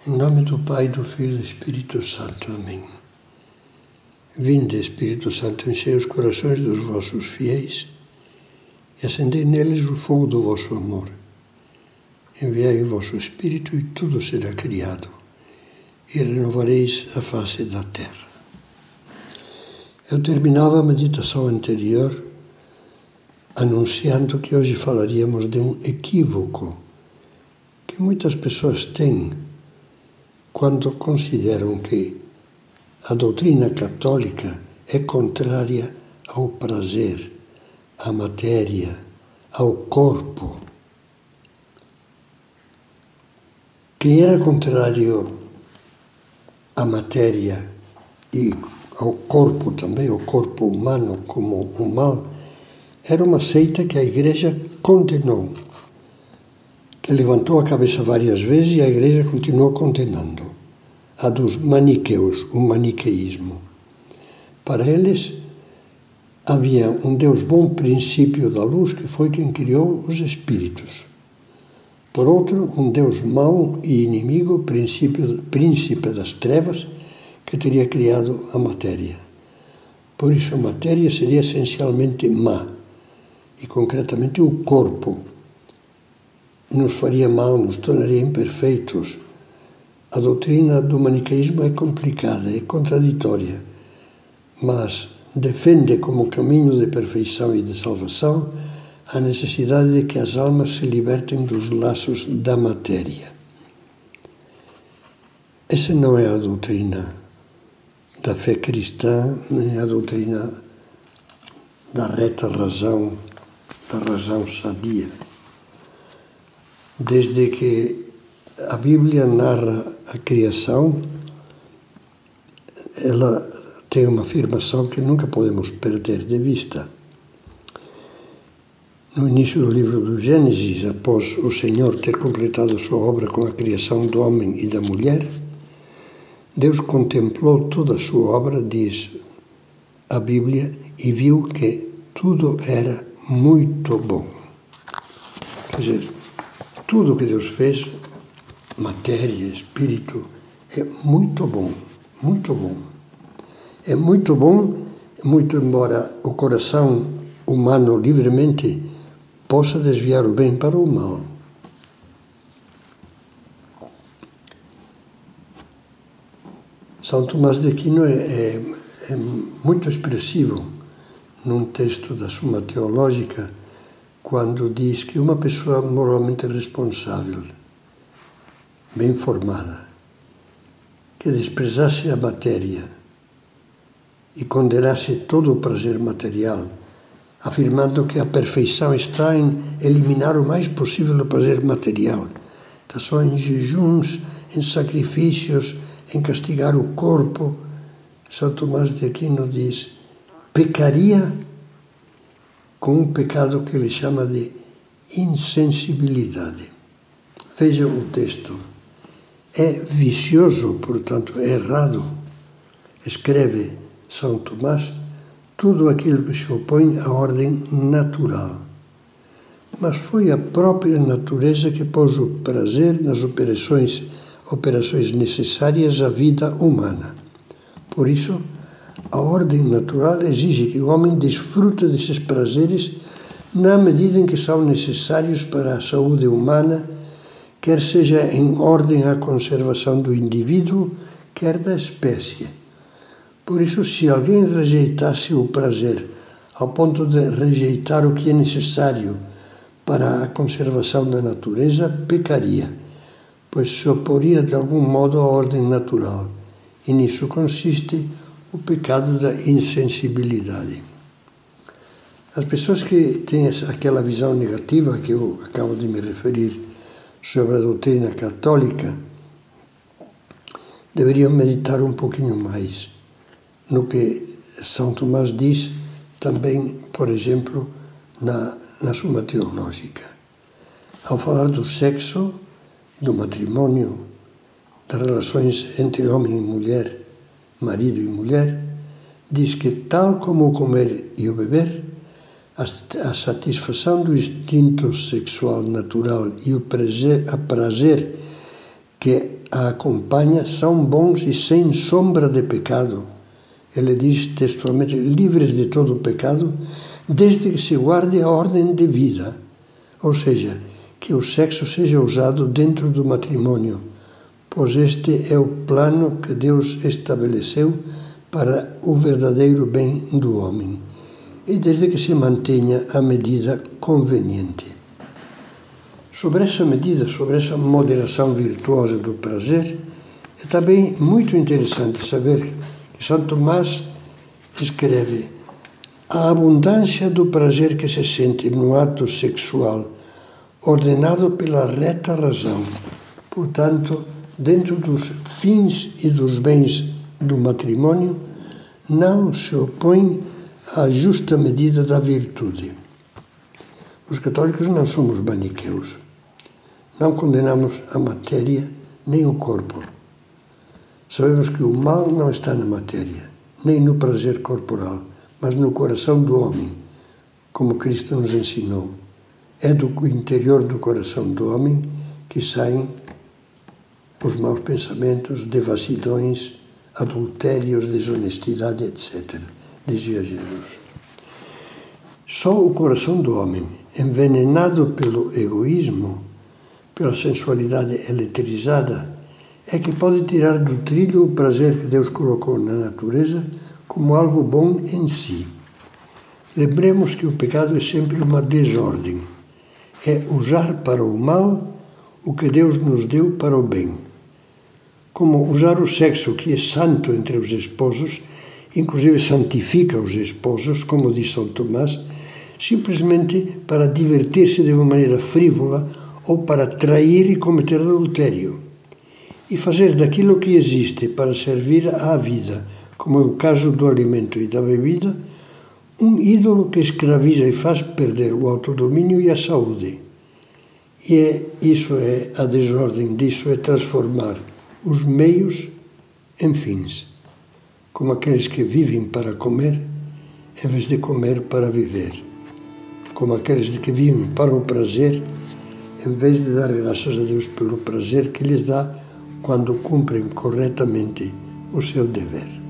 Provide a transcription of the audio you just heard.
Em nome do Pai, do Filho e do Espírito Santo. Amém. Vinde, Espírito Santo, enchei os corações dos vossos fiéis e acendei neles o fogo do vosso amor. Enviai o vosso Espírito e tudo será criado, e renovareis a face da terra. Eu terminava a meditação anterior anunciando que hoje falaríamos de um equívoco que muitas pessoas têm quando consideram que a doutrina católica é contrária ao prazer, à matéria, ao corpo. Quem era contrário à matéria e ao corpo também, ao corpo humano como o mal, era uma seita que a Igreja condenou, que levantou a cabeça várias vezes e a Igreja continuou condenando, a dos maniqueus, o maniqueísmo. Para eles, havia um Deus bom, princípio da luz, que foi quem criou os espíritos. Por outro, um Deus mau e inimigo, príncipe das trevas, que teria criado a matéria. Por isso, a matéria seria essencialmente má, e concretamente o corpo nos faria mal, nos tornaria imperfeitos. A doutrina do maniqueísmo é complicada, é contraditória, mas defende como caminho de perfeição e de salvação a necessidade de que as almas se libertem dos laços da matéria. Essa não é a doutrina da fé cristã, nem a doutrina da reta razão, da razão sadia. Desde que a Bíblia narra a criação, ela tem uma afirmação que nunca podemos perder de vista. No início do livro do Gênesis, após o Senhor ter completado sua obra com a criação do homem e da mulher, Deus contemplou toda a sua obra, diz a Bíblia, e viu que tudo era muito bom. Quer dizer, tudo que Deus fez, matéria, espírito, é muito bom, muito bom. É muito bom, muito embora o coração humano livremente possa desviar o bem para o mal. São Tomás de Aquino é muito expressivo num texto da Suma Teológica, quando diz que uma pessoa moralmente responsável, bem formada, que desprezasse a matéria e condenasse todo o prazer material, afirmando que a perfeição está em eliminar o mais possível o prazer material, está só em jejuns, em sacrifícios, em castigar o corpo. São Tomás de Aquino diz, pecaria com um pecado que ele chama de insensibilidade. Veja o texto. É vicioso, portanto, é errado, escreve São Tomás, tudo aquilo que se opõe à ordem natural. Mas foi a própria natureza que pôs o prazer nas operações necessárias à vida humana. Por isso, a ordem natural exige que o homem desfrute desses prazeres na medida em que são necessários para a saúde humana, quer seja em ordem à conservação do indivíduo, quer da espécie. Por isso, se alguém rejeitasse o prazer ao ponto de rejeitar o que é necessário para a conservação da natureza, pecaria, pois se oporia de algum modo à ordem natural. E nisso consiste o pecado da insensibilidade. As pessoas que têm aquela visão negativa que eu acabo de me referir sobre a doutrina católica deveriam meditar um pouquinho mais no que São Tomás diz também, por exemplo, na Suma Teológica. Ao falar do sexo, do matrimônio, das relações entre homem e mulher, marido e mulher, diz que tal como o comer e o beber, a satisfação do instinto sexual natural e o prazer que a acompanha são bons e sem sombra de pecado. Ele diz textualmente, livres de todo o pecado, desde que se guarde a ordem de vida. Ou seja, que o sexo seja usado dentro do matrimônio, pois este é o plano que Deus estabeleceu para o verdadeiro bem do homem, e desde que se mantenha a medida conveniente. Sobre essa medida, sobre essa moderação virtuosa do prazer, é também muito interessante saber que São Tomás escreve: a abundância do prazer que se sente no ato sexual, ordenado pela reta razão, portanto, dentro dos fins e dos bens do matrimônio, não se opõe à justa medida da virtude. Os católicos não somos maniqueus. Não condenamos a matéria nem o corpo. Sabemos que o mal não está na matéria, nem no prazer corporal, mas no coração do homem, como Cristo nos ensinou. É do interior do coração do homem que saem os maus pensamentos, devassidões, adultérios, desonestidade, etc., dizia Jesus. Só o coração do homem, envenenado pelo egoísmo, pela sensualidade eletrizada, é que pode tirar do trilho o prazer que Deus colocou na natureza como algo bom em si. Lembremos que o pecado é sempre uma desordem. É usar para o mal o que Deus nos deu para o bem. Como usar o sexo, que é santo entre os esposos, inclusive santifica os esposos, como diz São Tomás, simplesmente para divertir-se de uma maneira frívola ou para trair e cometer adultério. E fazer daquilo que existe para servir à vida, como é o caso do alimento e da bebida, um ídolo que escraviza e faz perder o autodomínio e a saúde. E isso é a desordem disso, é transformar os meios em fins, como aqueles que vivem para comer, em vez de comer para viver, como aqueles que vivem para o prazer, em vez de dar graças a Deus pelo prazer que lhes dá quando cumprem corretamente o seu dever.